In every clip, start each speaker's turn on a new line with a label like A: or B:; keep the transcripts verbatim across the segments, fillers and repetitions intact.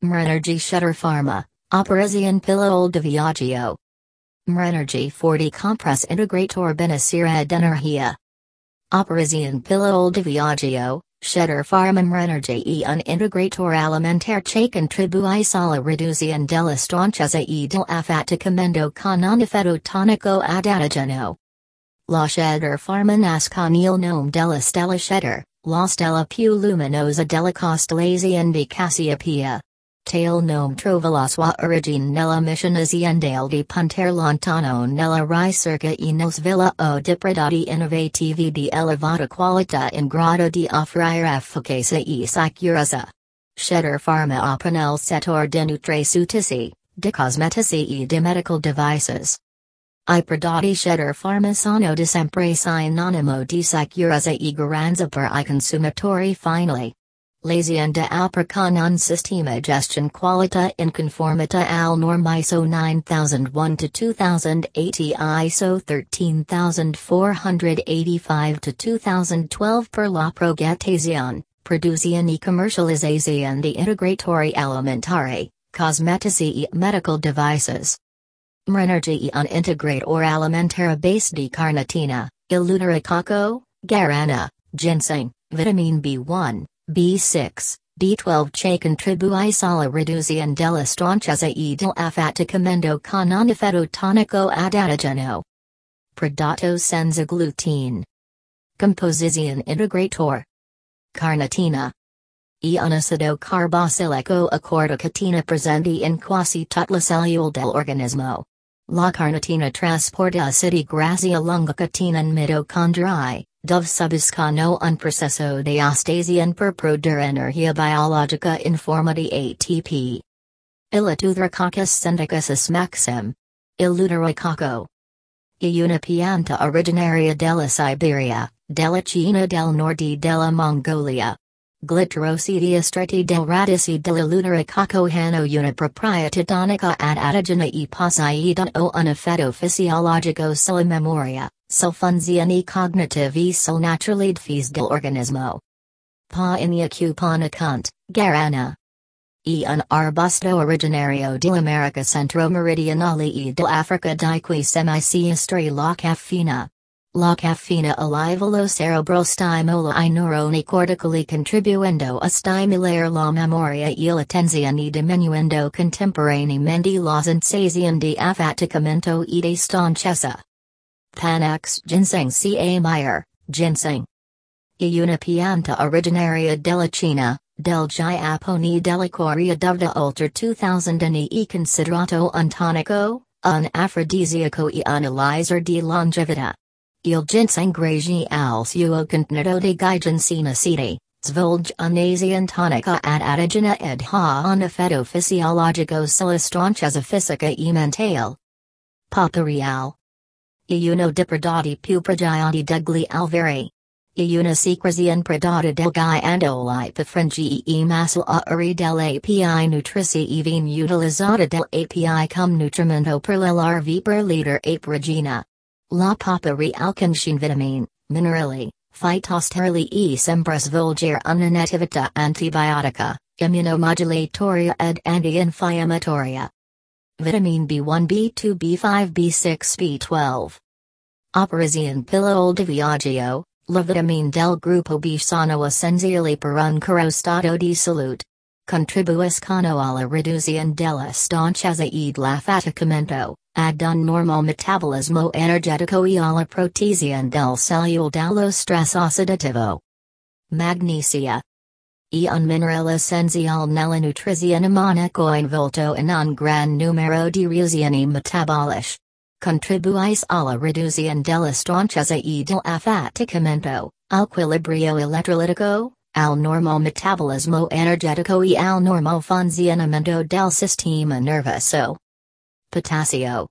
A: Mrenergy Shutter Pharma, Operazione Pillola di Viaggio. Mrenergy forty Compress Integrator Benessere d'Energia. Operazione Pillola di Viaggio, Shutter Pharma Mrenergy e un Integrator Alimentare che contribuisce alla riduzione della stanchezza e dell'affaticamento con un effetto tonico adattogeno. La Shutter Pharma nasce con il nome della stella Shutter, la stella più luminosa della costellazione di Cassiopea. Tail nome trova la sua origine nella missione aziendale di punter lontano nella ricerca e nel sviluppo di prodotti innovativi di elevata qualità in grado di offrire efficacia e sicurezza. Shutter Pharma opera nel settore di nutraceutici, di cosmetici e di medical devices. I prodotti Shutter Pharma sono di sempre sinonimo di sicurezza e garanzia per i consumatori finali. L'azienda opera con un sistema gestione qualità in conformità al norme I S O nine thousand one to two thousand eight e I S O thirteen thousand four hundred eighty-five to two thousand twelve per la progettazione, produzione e commercializzazione di integratori alimentari, cosmetici e medical devices. Mrenergy è un integratore alimentare base di carnitina, eleuterococco, guarana, ginseng, vitamine B one, B six, B twelve che contribuisce alla riduzione della stanchezza e dell'affaticamento con un effetto tonico adattogeno. Prodotto senza glutine. Composizione integrator. Carnitina. E un acido carboxylico a corticatina presenti in quasi tutte le cellule dell'organismo. La carnitina trasporta acidi grassi a lunga catena in mitocondrii, dove subiscono un processo di ostazione per produrre energia biologica in forma di A T P. Eleuterococcus synthesis maxim. Eleuterococco. È una pianta originaria della Siberia, della Cina del Nord e della Mongolia. Glitterosidia stretti del radice dell'eleuterococco hanno una proprietà tonica adattogena e possiedono un effetto fisiologico sulla memoria, sulle funzioni cognitive e sul naturalidfis dell'organismo. Pa iniocupano cont, guarana. E un arbusto originario dell'America centro-meridionale e dell'Africa di cui semi-sinistra la caffeina. La caffeina a livello cerebral stimola I neuroni corticali contribuendo a stimolare la memoria e l'attenzione diminuendo contemporaneamente la sensazione di affaticamento e di stanchezza. Panax ginseng ca Meyer, ginseng. È una pianta originaria della Cina, del Giappone e della Corea dove oltre duemila anni è considerato un tonico, un afrodisiaco e un elixir di longevità. Il ginseng grazie al suo contenuto di ginseng acidi, svolge un'azione tonica adattogena ed ha un effetto fisiologico sulla stanchezza fisica e mentale. Paperial. È uno dei prodotti più pregiati degli alberi. È una secrezione prodotta del ghiandoli pafringi e massillari dell'A P I nutrici e viene utilizzata dell'A P I come nutrimento per le larve per leader ape regina. La paperial contiene vitamine, minerali, fitosteroli e sempre svolgere un'attività antibiotica, immunomodulatoria ed anti-infiammatoria. Vitamine B one B two B five B six B twelve. Operazione Pillola di Viaggio, la vitamine del gruppo B sono essenziali per un caro stato di salute. Contribuiscono alla riduzione della stanchezza e dell'affaticamento, ad un normal metabolismo energetico e alla protezione del cellule dallo stress ossidativo. Magnesia. È un minerale essenziale nella nutrizione umana coinvolto in un gran numero di reazioni metaboliche. Contribuisce alla riduzione della stanchezza e dell'affaticamento, all'equilibrio elettrolitico, al normal metabolismo energetico e al normal funzionamento del sistema nervoso. Potassio.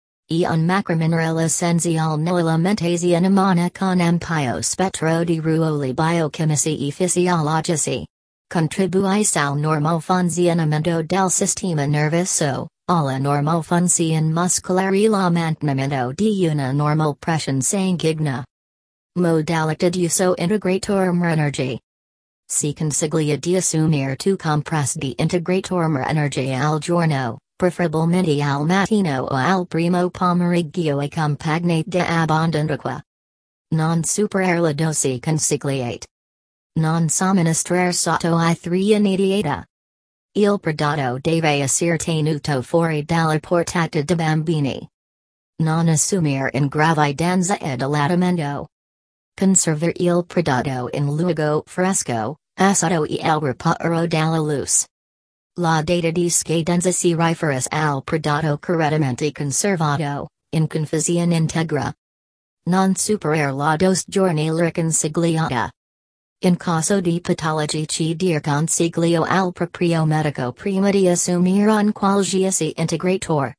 A: È un macrominerale essenziale nell'alimentazione umana con ampio spettro di ruoli biochimici e fisiologici. Contribuisce al normal funzionamento del sistema nervoso, alla normal funzione muscolare e al mantenimento di una normal pressione sanguigna. Modalità d'uso integrator Mrenergy. Si consiglia di assumere tu compress di integrator energy al giorno, preferabilmente al mattino o al primo pomeriggio e compagnate de abbondanteacqua. Non superare la dosi consigliate. Non somministrare sotto I tre immediata. Il prodotto deve essere tenuto fuori dalla portata de bambini. Non assumere in gravidanza ed allattamento. Conservare il prodotto in luogo fresco, asciutto e al riparo dalla luce. La data di scadenza si riferisce al prodotto correttamente conservato, in condizione integra. Non superare la dose giornaliera consigliata. In caso di patologici dir consiglio al proprio medico prima di assumere un qualsiasi integrator.